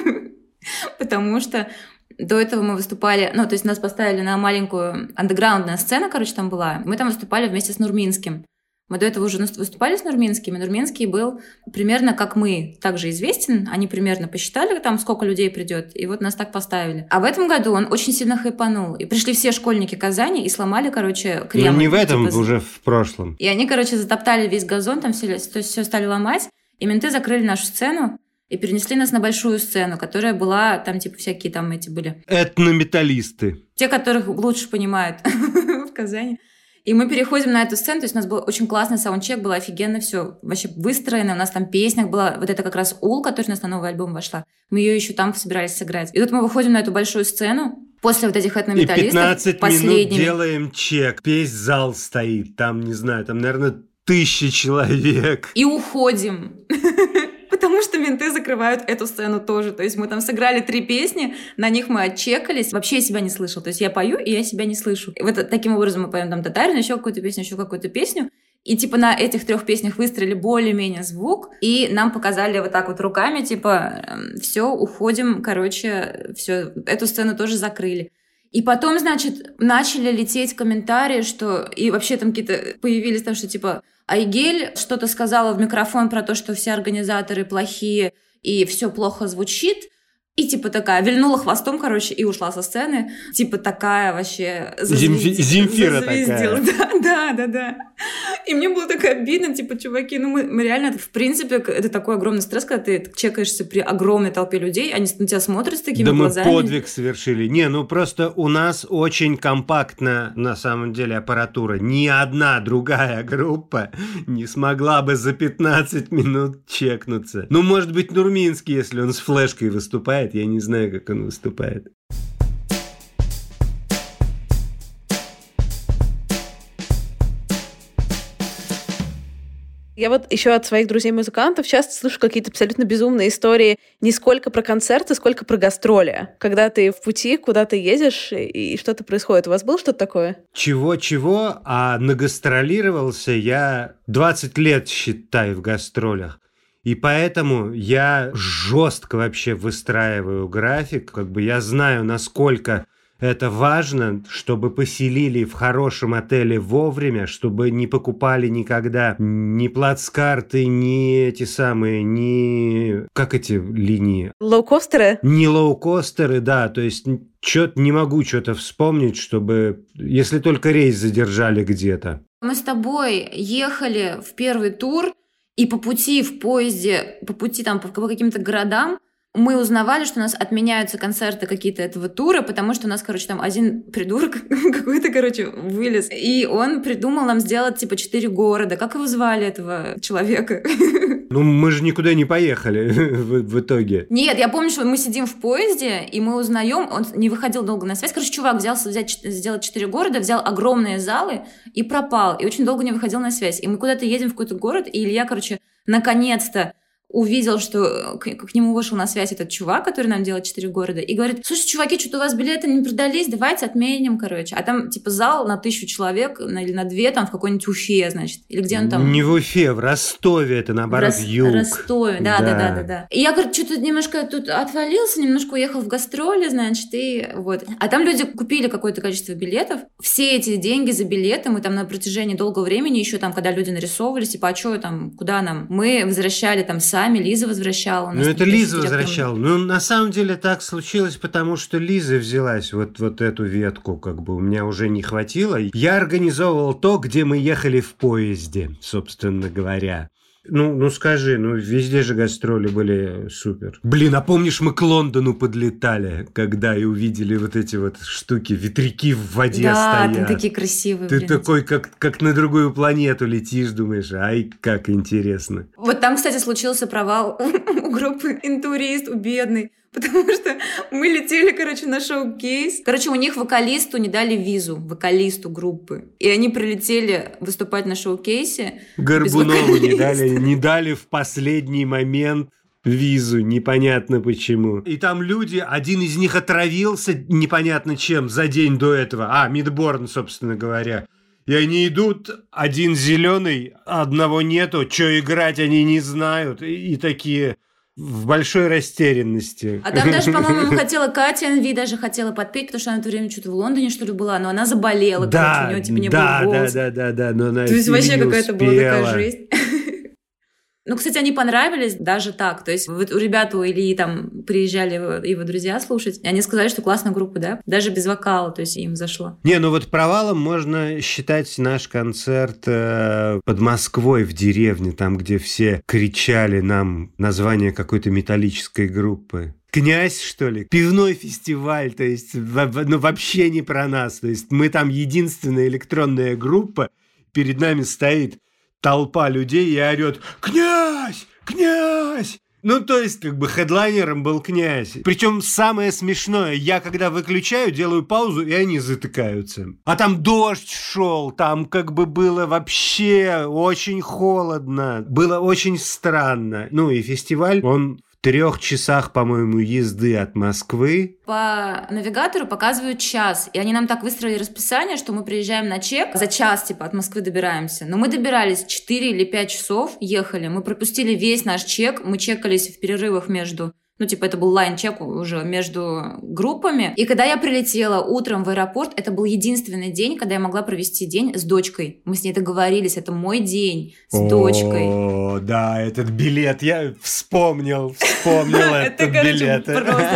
потому что до этого мы выступали, ну, то есть нас поставили на маленькую андеграундную сцену, короче, там была. Мы там выступали вместе с Нурминским. Мы до этого уже выступали с Нурминским, и Нурминский был примерно как мы, также известен. Они примерно посчитали, там, сколько людей придет, и вот нас так поставили. А в этом году он очень сильно хайпанул. И пришли все школьники Казани и сломали, короче, Кремль. Ну, не в этом, уже в прошлом. И они, короче, затоптали весь газон, там все стали ломать, и менты закрыли нашу сцену и перенесли нас на большую сцену, которая была, там, типа, всякие там эти были... Этнометаллисты. Те, которых лучше понимают в Казани. И мы переходим на эту сцену, то есть у нас был очень классный саундчек, было офигенно все вообще выстроено, у нас там песня была, вот это как раз Ул, которая у нас на новый альбом вошла, мы ее еще там собирались сыграть. И тут мы выходим на эту большую сцену, после вот этих этнометаллистов. И 15 минут делаем чек, весь зал стоит, там, не знаю, там, наверное, 1000 человек. И уходим. Потому что менты закрывают эту сцену тоже. То есть мы там сыграли 3 песни, на них мы отчекались. Вообще я себя не слышала. То есть я пою, и я себя не слышу. И вот таким образом мы поем там татарин, еще какую-то песню. И типа на этих 3 песнях выстроили более-менее звук, и нам показали вот так вот руками, типа, все, уходим, короче, все, эту сцену тоже закрыли. И потом, значит, начали лететь комментарии, что... И вообще там какие-то появились там, что типа Айгель что-то сказала в микрофон про то, что все организаторы плохие и все плохо звучит. И типа такая, вильнула хвостом, короче, и ушла со сцены. Типа такая вообще... Земфира такая. Да. И мне было так обидно, типа, чуваки, ну мы реально, в принципе, это такой огромный стресс, когда ты чекаешься при огромной толпе людей, они на тебя смотрят с такими глазами. Да мы подвиг совершили. Не, ну просто у нас очень компактна, на самом деле, аппаратура. Ни одна другая группа не смогла бы за 15 минут чекнуться. Ну, может быть, Нурминский, если он с флешкой выступает. Я не знаю, как он выступает. Я вот еще от своих друзей-музыкантов часто слышу какие-то абсолютно безумные истории не сколько про концерты, сколько про гастроли. Когда ты в пути, куда ты едешь, и что-то происходит. У вас было что-то такое? Чего-чего, а нагастролировался я 20 лет, считай, в гастролях. И поэтому я жестко вообще выстраиваю график. Как бы я знаю, насколько это важно, чтобы поселили в хорошем отеле вовремя, чтобы не покупали никогда ни плацкарты, ни эти самые, ни... Как эти линии? Лоукостеры? Не лоукостеры, да. То есть не могу что-то вспомнить, чтобы... Если только рейс задержали где-то. Мы с тобой ехали в первый тур, и по пути в поезде, по каким-то городам, мы узнавали, что у нас отменяются концерты какие-то этого тура, потому что у нас, короче, там один придурок какой-то, короче, вылез. И он придумал нам сделать, типа, 4 города. Как его звали, этого человека? Ну, мы же никуда не поехали в итоге. Нет, я помню, что мы сидим в поезде, и мы узнаем, он не выходил долго на связь. Короче, чувак сделать 4 города, взял огромные залы и пропал. И очень долго не выходил на связь. И мы куда-то едем в какой-то город, и Илья, короче, наконец-то увидел, что к нему вышел на связь этот чувак, который нам делает 4 города, и говорит: слушай, чуваки, что-то у вас билеты не продались, давайте отменим, короче. А там, типа, зал на 1000 человек или на 2, там, в какой-нибудь Уфе, значит. Или где он там? Не в Уфе, в Ростове, это, наоборот, юг. В Ростове, да. И я, говорю, что-то немножко тут отвалился, немножко уехал в гастроли, значит, и вот. А там люди купили какое-то количество билетов. Все эти деньги за билеты мы там на протяжении долгого времени, еще там, когда люди нарисовывались, типа, а что там, куда нам? Мы возвращали там сами, Лиза возвращала. Ну, это Лиза возвращала. Ну, на самом деле так случилось, потому что Лиза взялась вот эту ветку, как бы у меня уже не хватило. Я организовывал то, где мы ехали в поезде, собственно говоря. Ну скажи, везде же гастроли были супер. Блин, а помнишь, мы к Лондону подлетали, когда и увидели вот эти вот штуки, ветряки в воде стоят. Да, там такие красивые. Ты такой, как на другую планету летишь, думаешь, ай, как интересно. Вот там, кстати, случился провал у группы «Интурист», у бедной. Потому что мы летели, короче, на шоу-кейс. Короче, у них вокалисту не дали визу, вокалисту группы. И они прилетели выступать на шоу-кейсе. Горбунову не дали в последний момент визу, непонятно почему. И там люди, один из них отравился непонятно чем за день до этого. Мидборн, собственно говоря. И они идут, один зеленый, одного нету, что играть они не знают. И такие... в большой растерянности. А там даже, по-моему, Катя Энви даже хотела подпеть, потому что она в то время что-то в Лондоне, что ли, была, но она заболела, короче, у нее типа не был голос. Да, но она то есть вообще какая-то была такая жесть. Ну, кстати, они понравились даже так. То есть вот у ребят, у Ильи там приезжали его друзья слушать, и они сказали, что классная группа, да? Даже без вокала, то есть им зашло. Не, вот провалом можно считать наш концерт под Москвой в деревне, там, где все кричали нам название какой-то металлической группы. «Князь», что ли? Пивной фестиваль, то есть вообще не про нас. То есть мы там единственная электронная группа, перед нами стоит толпа людей и орет: «Князь! Князь!» Ну, то есть, как бы хедлайнером был князь. Причем самое смешное, я когда выключаю, делаю паузу, и они затыкаются. А там дождь шел, там как бы было вообще очень холодно. Было очень странно. Ну, и фестиваль, он в 3 часах, по-моему, езды от Москвы. По навигатору показывают час, и они нам так выстроили расписание, что мы приезжаем на чек, за час, типа, от Москвы добираемся. Но мы добирались 4 или 5 часов, ехали, мы пропустили весь наш чек, мы чекались в перерывах между... Ну, типа, это был лайн-чек уже между группами. И когда я прилетела утром в аэропорт, это был единственный день, когда я могла провести день с дочкой. Мы с ней договорились, это мой день с дочкой. О, да, этот билет, я вспомнил этот билет.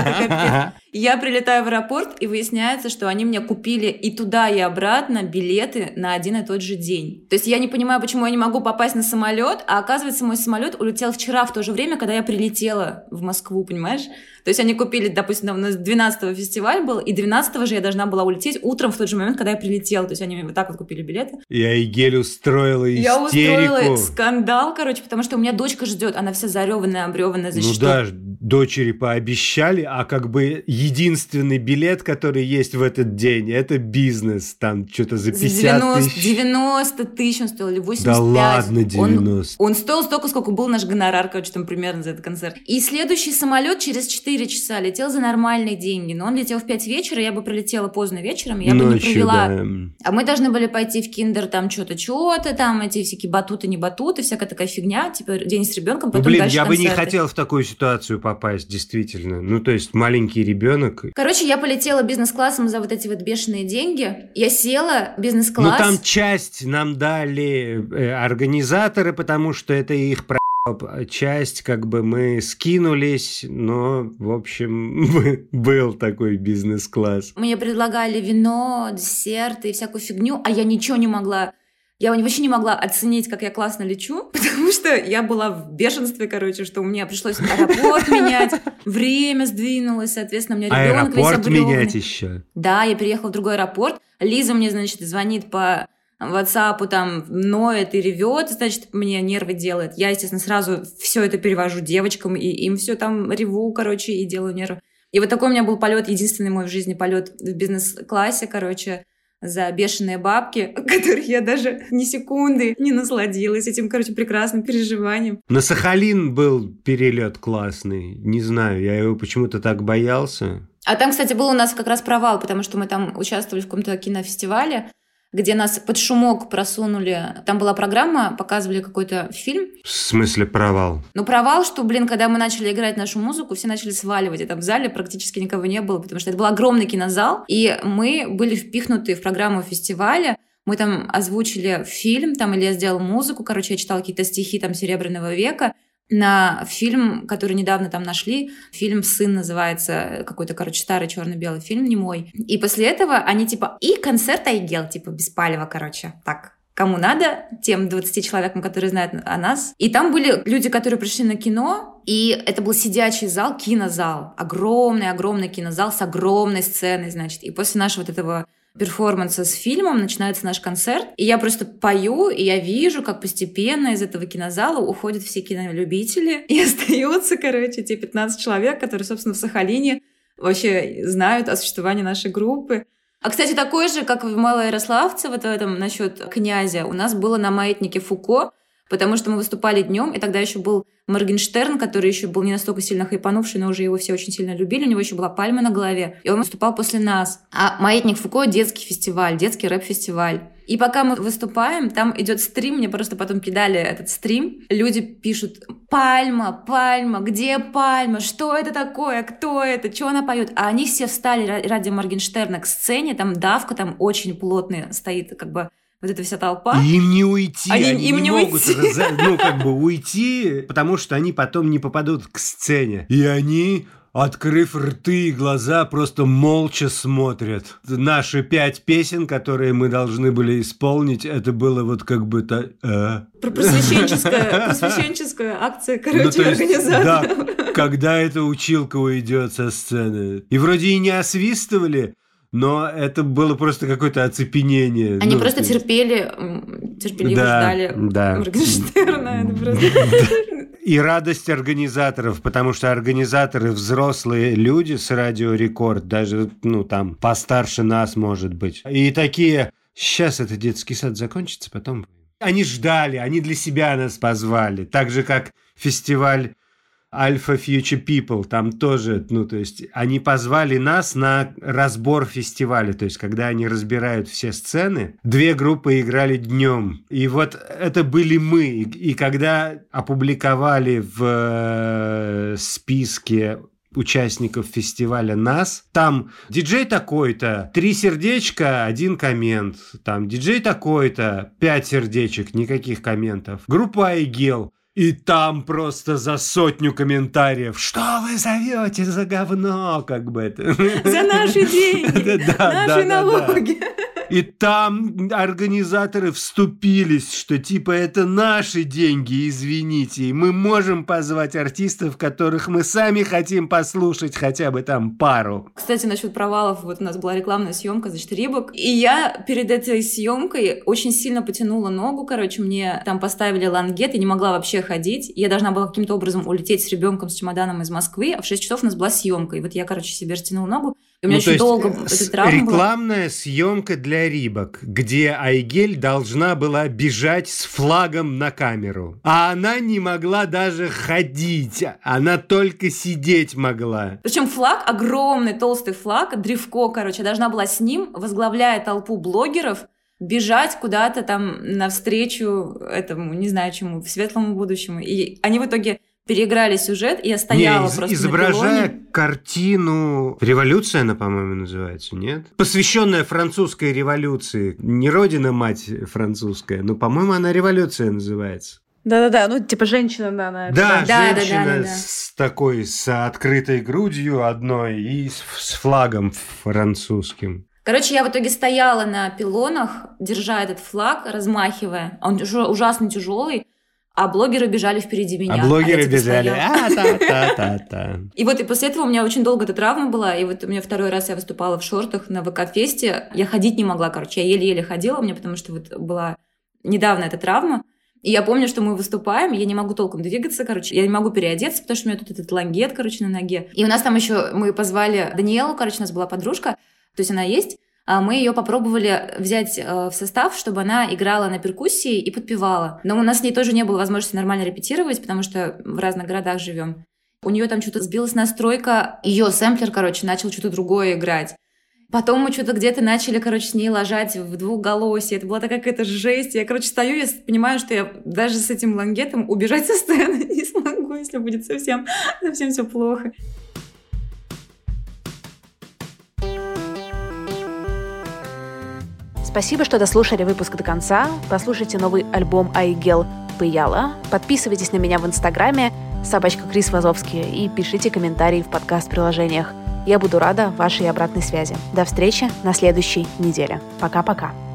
Я прилетаю в аэропорт, и выясняется, что они мне купили и туда, и обратно билеты на один и тот же день. То есть я не понимаю, почему я не могу попасть на самолет, а оказывается, мой самолет улетел вчера в то же время, когда я прилетела в Москву, понимаешь? То есть они купили, допустим, у нас 12-го фестиваль был, и 12-го же я должна была улететь утром в тот же момент, когда я прилетела. То есть они вот так вот купили билеты. И Айгель устроила истерику. Я устроила скандал, короче, потому что у меня дочка ждет, она вся зареванная, обреванная. Ну да, дочери пообещали, а как бы единственный билет, который есть в этот день, это бизнес. Там что-то за 50 тысяч. 90 тысяч он стоил, или 85. Да ладно, 90. Он стоил столько, сколько был наш гонорар, короче, там примерно за этот концерт. И следующий самолет через 4 часа летел за нормальные деньги. Но он летел в 5 вечера, я бы прилетела поздно вечером, я бы не провела. Да. А мы должны были пойти в киндер, там что-то, там эти всякие батуты, не батуты, всякая такая фигня, типа день с ребенком, потом дальше я концерты. бы не хотел в такую ситуацию попасть, действительно. Ну, то есть маленький ребенок. Короче, я полетела бизнес-классом за вот эти вот бешеные деньги. Я села, бизнес-класс. Ну, там часть нам дали организаторы, потому что это их часть, как бы мы скинулись, но, в общем, был такой бизнес-класс. Мне предлагали вино, десерты и всякую фигню, а я ничего не могла. Я вообще не могла оценить, как я классно лечу, потому что я была в бешенстве, короче, что мне пришлось аэропорт менять, время сдвинулось, соответственно, у меня ребенок весь обрёванный. Аэропорт менять еще? Да, я переехала в другой аэропорт. Лиза мне, значит, звонит по WhatsApp, там, ноет и ревет, значит, мне нервы делает. Я, естественно, сразу все это перевожу девочкам, и им все там реву, короче, и делаю нервы. И вот такой у меня был полет, единственный мой в жизни полет в бизнес-классе, короче, за бешеные бабки, которых я даже ни секунды не насладилась этим, короче, прекрасным переживанием. На Сахалин был перелет классный. Не знаю, я его почему-то так боялся. А там, кстати, был у нас как раз провал, потому что мы там участвовали в каком-то кинофестивале, где нас под шумок просунули. Там была программа, показывали какой-то фильм. В смысле провал? Ну, провал, что, когда мы начали играть нашу музыку, все начали сваливать. И там в зале практически никого не было, потому что это был огромный кинозал, и мы были впихнуты в программу фестиваля. Мы там озвучили фильм, там, или я сделала музыку, короче, я читала какие-то стихи там Серебряного века на фильм, который недавно там нашли. Фильм «Сын» называется, какой-то, короче, старый черно-белый фильм, не мой. И после этого они типа, и концерт Айгел, типа, без палева, короче, так. Кому надо, тем 20 человекам, которые знают о нас. И там были люди, которые пришли на кино, и это был сидячий зал, кинозал. Огромный-огромный кинозал с огромной сценой, значит. И после нашего вот этого перформанса с фильмом начинается наш концерт, и я просто пою, и я вижу, как постепенно из этого кинозала уходят все кинолюбители, и остаются, короче, те 15 человек, которые, собственно, в Сахалине вообще знают о существовании нашей группы. А, кстати, такой же, как в Малоярославце, вот в этом насчет князя, у нас было на маятнике Фуко, потому что мы выступали днем, и тогда еще был Моргенштерн, который еще был не настолько сильно хайпанувший, но уже его все очень сильно любили, у него еще была пальма на голове, и он выступал после нас. А маятник Фуко — детский фестиваль, детский рэп-фестиваль. И пока мы выступаем, там идет стрим, мне просто потом кидали этот стрим, люди пишут: «Пальма, пальма, где пальма? Что это такое? Кто это? Что она поет?» А они все встали ради Моргенштерна к сцене, там давка, там очень плотная стоит, как бы, вот эта вся толпа. И им не уйти, они не могут уйти, потому что они потом не попадут к сцене. И они, открыв рты и глаза, просто молча смотрят. Наши 5 песен, которые мы должны были исполнить, это было вот как бы... Просвещенческая акция, короче, организаторов. Да, когда эта училка уйдет со сцены. И вроде и не освистывали, но это было просто какое-то оцепенение. Они просто терпеливо ждали Моргенштерна. И радость организаторов, потому что организаторы взрослые люди с Радио Рекорд, даже, там, постарше нас, может быть. И такие, сейчас этот детский сад закончится, потом... Они ждали, они для себя нас позвали. Так же, как фестиваль Alpha Future People, там тоже, то есть они позвали нас на разбор фестиваля, то есть когда они разбирают все сцены, 2 группы играли днем, и вот это были мы, и когда опубликовали в списке участников фестиваля нас, там диджей такой-то, 3 сердечка, 1 коммент, там диджей такой-то, 5 сердечек, никаких комментов, группа iGel. И там просто за 100 комментариев. Что вы зовете за говно? Как бы это. За наши деньги, наши налоги. И там организаторы вступились, что типа это наши деньги, извините. И мы можем позвать артистов, которых мы сами хотим послушать, хотя бы там пару. Кстати, насчет провалов, вот у нас была рекламная съемка, значит, Рибок. И я перед этой съемкой очень сильно потянула ногу, мне там поставили лангет, я не могла вообще ходить. Я должна была каким-то образом улететь с ребенком, с чемоданом из Москвы, а в 6 часов у нас была съемка. И вот я, себе растянула ногу. И у меня очень долго эта травма рекламная была. Съемка для Рибок, где iGel должна была бежать с флагом на камеру. А она не могла даже ходить. Она только сидеть могла. Причем флаг, огромный толстый флаг, древко, должна была с ним, возглавляя толпу блогеров, бежать куда-то там навстречу этому, не знаю чему, в светлому будущему. И они в итоге переиграли сюжет, и я стояла просто изображая на пилоне. Картину «Революция», она, по-моему, называется, нет? Посвященная французской революции. Не родина-мать французская, но, по-моему, она «Революция» называется. Да-да-да, женщина, Да, женщина с открытой грудью одной и с флагом французским. Я в итоге стояла на пилонах, держа этот флаг, размахивая. Он ужасно тяжелый. А блогеры бежали впереди меня. Та-та-та-та. И вот и после этого у меня очень долго эта травма была. И вот у меня 2-й раз я выступала в шортах на ВК-фесте. Я ходить не могла, я еле-еле ходила, потому что вот была недавно эта травма. И я помню, что мы выступаем, я не могу толком двигаться, я не могу переодеться, потому что у меня тут этот лангет, на ноге. И у нас там еще, мы позвали Даниэлу, у нас была подружка, то есть она есть. Мы ее попробовали взять в состав, чтобы она играла на перкуссии и подпевала. Но у нас с ней тоже не было возможности нормально репетировать, потому что в разных городах живем. У нее там что-то сбилась настройка, ее сэмплер, начал что-то другое играть. Потом мы что-то где-то начали, с ней ложать в двухголосие. Это была такая какая-то жесть. Я, стою, я понимаю, что я даже с этим лангетом убежать со сцены не смогу, если будет совсем все плохо. Спасибо, что дослушали выпуск до конца. Послушайте новый альбом iGel «Пыяла». Подписывайтесь на меня в Инстаграме @Крис Вазовский и пишите комментарии в подкаст-приложениях. Я буду рада вашей обратной связи. До встречи на следующей неделе. Пока-пока.